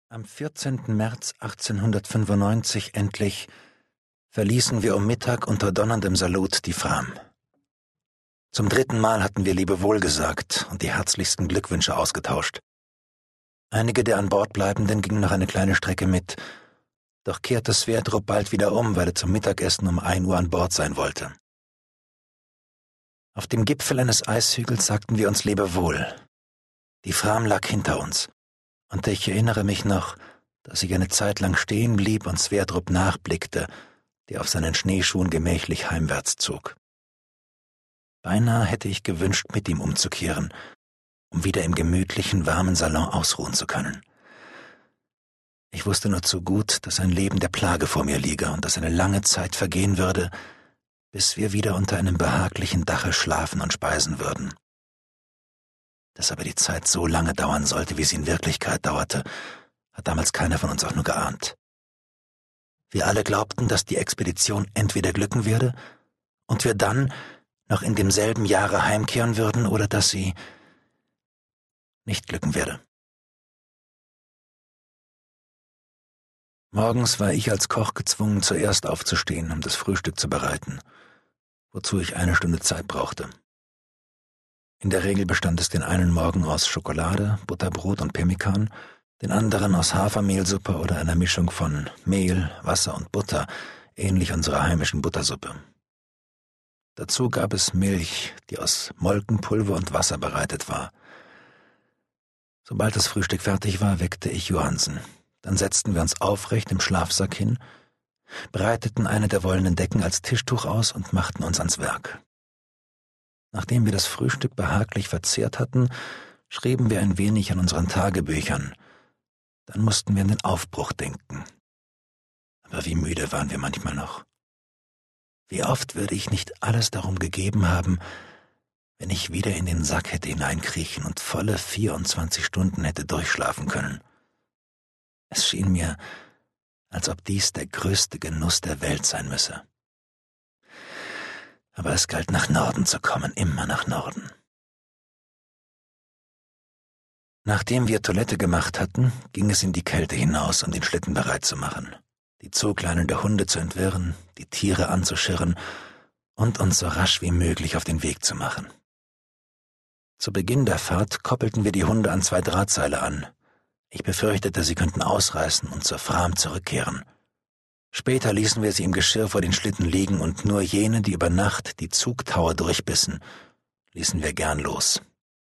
Am 14. März 1895 endlich verließen wir um Mittag unter donnerndem Salut die Fram. Zum 3. Mal hatten wir Lebewohl gesagt und die herzlichsten Glückwünsche ausgetauscht. Einige der an Bord Bleibenden gingen noch eine kleine Strecke mit, doch kehrte Sverdrup bald wieder um, weil er zum Mittagessen um 1 Uhr an Bord sein wollte. Auf dem Gipfel eines Eishügels sagten wir uns Lebewohl. Die Fram lag hinter uns. Und ich erinnere mich noch, dass ich eine Zeit lang stehen blieb und Sverdrup nachblickte, der auf seinen Schneeschuhen gemächlich heimwärts zog. Beinahe hätte ich gewünscht, mit ihm umzukehren, um wieder im gemütlichen, warmen Salon ausruhen zu können. Ich wusste nur zu gut, dass ein Leben der Plage vor mir liege und dass eine lange Zeit vergehen würde, bis wir wieder unter einem behaglichen Dache schlafen und speisen würden. Dass aber die Zeit so lange dauern sollte, wie sie in Wirklichkeit dauerte, hat damals keiner von uns auch nur geahnt. Wir alle glaubten, dass die Expedition entweder glücken werde und wir dann noch in demselben Jahre heimkehren würden oder dass sie nicht glücken werde. Morgens war ich als Koch gezwungen, zuerst aufzustehen, um das Frühstück zu bereiten, wozu ich 1 Stunde Zeit brauchte. In der Regel bestand es den einen Morgen aus Schokolade, Butterbrot und Pemmikan, den anderen aus Hafermehlsuppe oder einer Mischung von Mehl, Wasser und Butter, ähnlich unserer heimischen Buttersuppe. Dazu gab es Milch, die aus Molkenpulver und Wasser bereitet war. Sobald das Frühstück fertig war, weckte ich Johansen. Dann setzten wir uns aufrecht im Schlafsack hin, breiteten eine der wollenen Decken als Tischtuch aus und machten uns ans Werk. Nachdem wir das Frühstück behaglich verzehrt hatten, schrieben wir ein wenig an unseren Tagebüchern. Dann mussten wir an den Aufbruch denken. Aber wie müde waren wir manchmal noch. Wie oft würde ich nicht alles darum gegeben haben, wenn ich wieder in den Sack hätte hineinkriechen und volle 24 Stunden hätte durchschlafen können. Es schien mir, als ob dies der größte Genuss der Welt sein müsse. Aber es galt, nach Norden zu kommen, immer nach Norden. Nachdem wir Toilette gemacht hatten, ging es in die Kälte hinaus, um den Schlitten bereit zu machen, die Zugleinen der Hunde zu entwirren, die Tiere anzuschirren und uns so rasch wie möglich auf den Weg zu machen. Zu Beginn der Fahrt koppelten wir die Hunde an 2 Drahtseile an. Ich befürchtete, sie könnten ausreißen und zur Fram zurückkehren. Später ließen wir sie im Geschirr vor den Schlitten liegen und nur jene, die über Nacht die Zugtaue durchbissen, ließen wir gern los.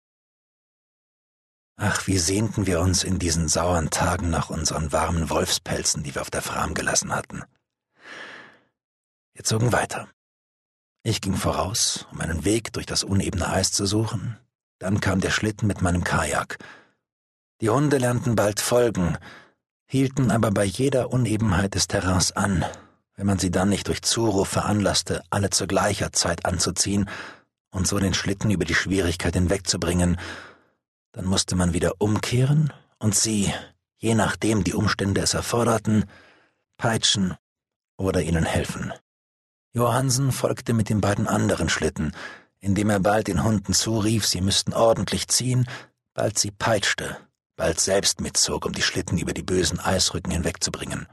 Ach, wie sehnten wir uns in diesen sauren Tagen nach unseren warmen Wolfspelzen, die wir auf der Fram gelassen hatten. Wir zogen weiter. Ich ging voraus, um einen Weg durch das unebene Eis zu suchen. Dann kam der Schlitten mit meinem Kajak. Die Hunde lernten bald folgen, hielten aber bei jeder Unebenheit des Terrains an, wenn man sie dann nicht durch Zuruf veranlasste, alle zu gleicher Zeit anzuziehen und so den Schlitten über die Schwierigkeit hinwegzubringen, dann musste man wieder umkehren und sie, je nachdem die Umstände es erforderten, peitschen oder ihnen helfen. Johansen folgte mit den beiden anderen Schlitten, indem er bald den Hunden zurief, sie müssten ordentlich ziehen, bald sie peitschte, bald selbst mitzog, um die Schlitten über die bösen Eisrücken hinwegzubringen.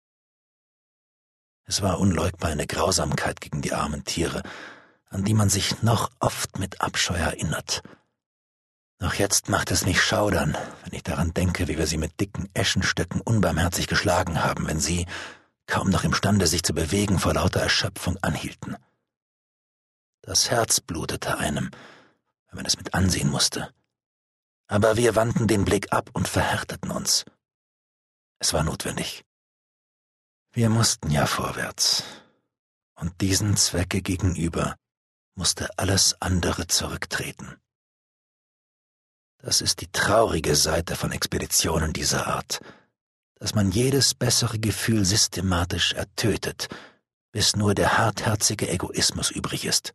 Es war unleugbar eine Grausamkeit gegen die armen Tiere, an die man sich noch oft mit Abscheu erinnert. Noch jetzt macht es mich schaudern, wenn ich daran denke, wie wir sie mit dicken Eschenstöcken unbarmherzig geschlagen haben, wenn sie, kaum noch imstande, sich zu bewegen, vor lauter Erschöpfung anhielten. Das Herz blutete einem, wenn man es mit ansehen musste. Aber wir wandten den Blick ab und verhärteten uns. Es war notwendig. Wir mussten ja vorwärts. Und diesem Zwecke gegenüber musste alles andere zurücktreten. Das ist die traurige Seite von Expeditionen dieser Art, dass man jedes bessere Gefühl systematisch ertötet, bis nur der hartherzige Egoismus übrig ist.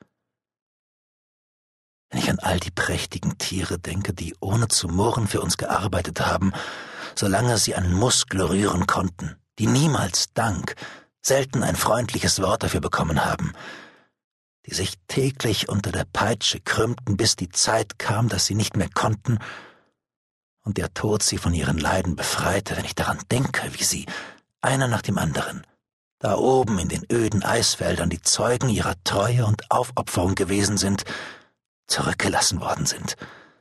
Wenn ich an all die prächtigen Tiere denke, die ohne zu murren für uns gearbeitet haben, solange sie einen Muskel rühren konnten, die niemals Dank, selten ein freundliches Wort dafür bekommen haben, die sich täglich unter der Peitsche krümmten, bis die Zeit kam, dass sie nicht mehr konnten und der Tod sie von ihren Leiden befreite, wenn ich daran denke, wie sie, einer nach dem anderen, da oben in den öden Eisfeldern die Zeugen ihrer Treue und Aufopferung gewesen sind, zurückgelassen worden sind.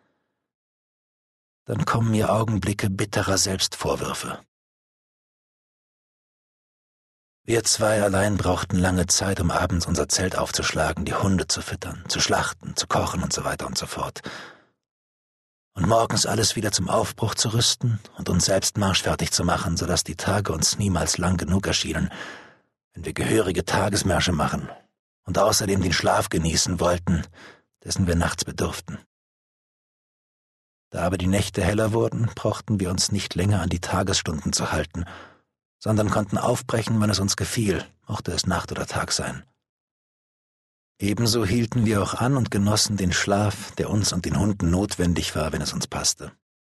Dann kommen mir Augenblicke bitterer Selbstvorwürfe. Wir zwei allein brauchten lange Zeit, um abends unser Zelt aufzuschlagen, die Hunde zu füttern, zu schlachten, zu kochen und so weiter und so fort. Und morgens alles wieder zum Aufbruch zu rüsten und uns selbst marschfertig zu machen, sodass die Tage uns niemals lang genug erschienen, wenn wir gehörige Tagesmärsche machen und außerdem den Schlaf genießen wollten, dessen wir nachts bedurften. Da aber die Nächte heller wurden, brauchten wir uns nicht länger an die Tagesstunden zu halten, sondern konnten aufbrechen, wann es uns gefiel, mochte es Nacht oder Tag sein. Ebenso hielten wir auch an und genossen den Schlaf, der uns und den Hunden notwendig war, wenn es uns passte.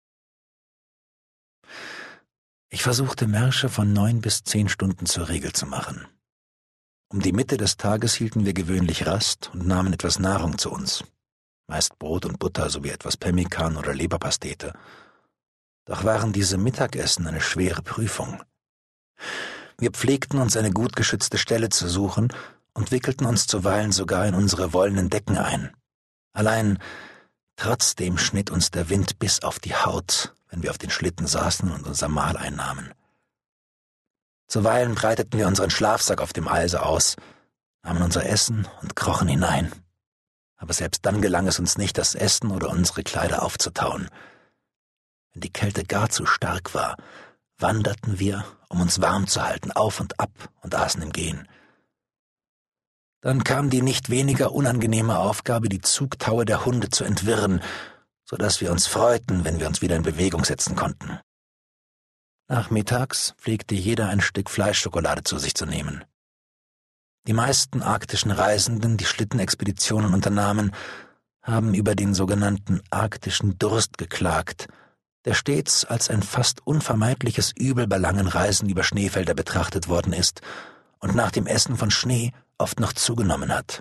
Ich versuchte Märsche von 9 bis 10 Stunden zur Regel zu machen. Um die Mitte des Tages hielten wir gewöhnlich Rast und nahmen etwas Nahrung zu uns, meist Brot und Butter sowie etwas Pemmikan oder Leberpastete. Doch waren diese Mittagessen eine schwere Prüfung. Wir pflegten uns eine gut geschützte Stelle zu suchen und wickelten uns zuweilen sogar in unsere wollenen Decken ein. Allein trotzdem schnitt uns der Wind bis auf die Haut, wenn wir auf den Schlitten saßen und unser Mahl einnahmen. Zuweilen breiteten wir unseren Schlafsack auf dem Eise aus, nahmen unser Essen und krochen hinein. Aber selbst dann gelang es uns nicht, das Essen oder unsere Kleider aufzutauen. Wenn die Kälte gar zu stark war, wanderten wir, um uns warm zu halten, auf und ab und aßen im Gehen. Dann kam die nicht weniger unangenehme Aufgabe, die Zugtaue der Hunde zu entwirren, so dass wir uns freuten, wenn wir uns wieder in Bewegung setzen konnten. Nachmittags pflegte jeder ein Stück Fleischschokolade zu sich zu nehmen. Die meisten arktischen Reisenden, die Schlittenexpeditionen unternahmen, haben über den sogenannten arktischen Durst geklagt, der stets als ein fast unvermeidliches Übel bei langen Reisen über Schneefelder betrachtet worden ist und nach dem Essen von Schnee oft noch zugenommen hat.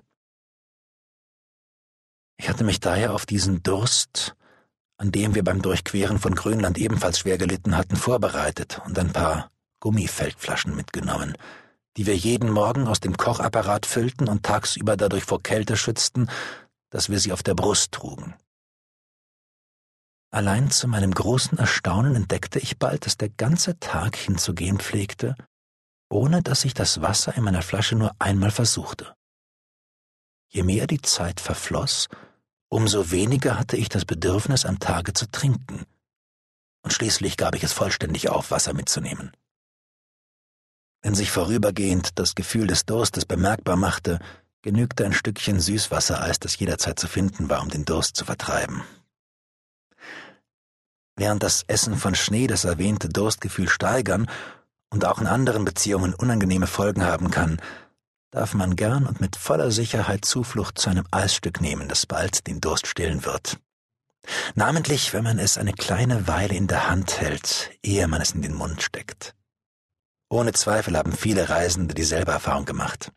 Ich hatte mich daher auf diesen Durst, an dem wir beim Durchqueren von Grönland ebenfalls schwer gelitten hatten, vorbereitet und ein paar Gummifeldflaschen mitgenommen, die wir jeden Morgen aus dem Kochapparat füllten und tagsüber dadurch vor Kälte schützten, dass wir sie auf der Brust trugen. Allein zu meinem großen Erstaunen entdeckte ich bald, dass der ganze Tag hinzugehen pflegte, ohne dass ich das Wasser in meiner Flasche nur einmal versuchte. Je mehr die Zeit verfloss, umso weniger hatte ich das Bedürfnis, am Tage zu trinken, und schließlich gab ich es vollständig auf, Wasser mitzunehmen. Wenn sich vorübergehend das Gefühl des Durstes bemerkbar machte, genügte ein Stückchen Süßwassereis, das jederzeit zu finden war, um den Durst zu vertreiben. Während das Essen von Schnee das erwähnte Durstgefühl steigern und auch in anderen Beziehungen unangenehme Folgen haben kann, darf man gern und mit voller Sicherheit Zuflucht zu einem Eisstück nehmen, das bald den Durst stillen wird. Namentlich, wenn man es eine kleine Weile in der Hand hält, ehe man es in den Mund steckt. Ohne Zweifel haben viele Reisende dieselbe Erfahrung gemacht.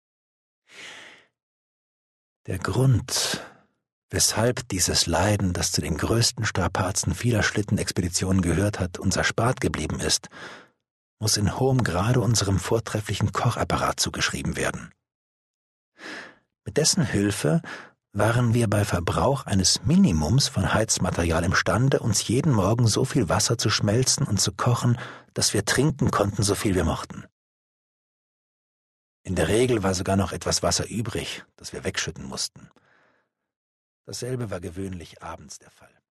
Der Grund, weshalb dieses Leiden, das zu den größten Strapazen vieler Schlittenexpeditionen gehört hat, uns erspart geblieben ist, muss in hohem Grade unserem vortrefflichen Kochapparat zugeschrieben werden. Mit dessen Hilfe waren wir bei Verbrauch eines Minimums von Heizmaterial imstande, uns jeden Morgen so viel Wasser zu schmelzen und zu kochen, dass wir trinken konnten, so viel wir mochten. In der Regel war sogar noch etwas Wasser übrig, das wir wegschütten mussten. Dasselbe war gewöhnlich abends der Fall.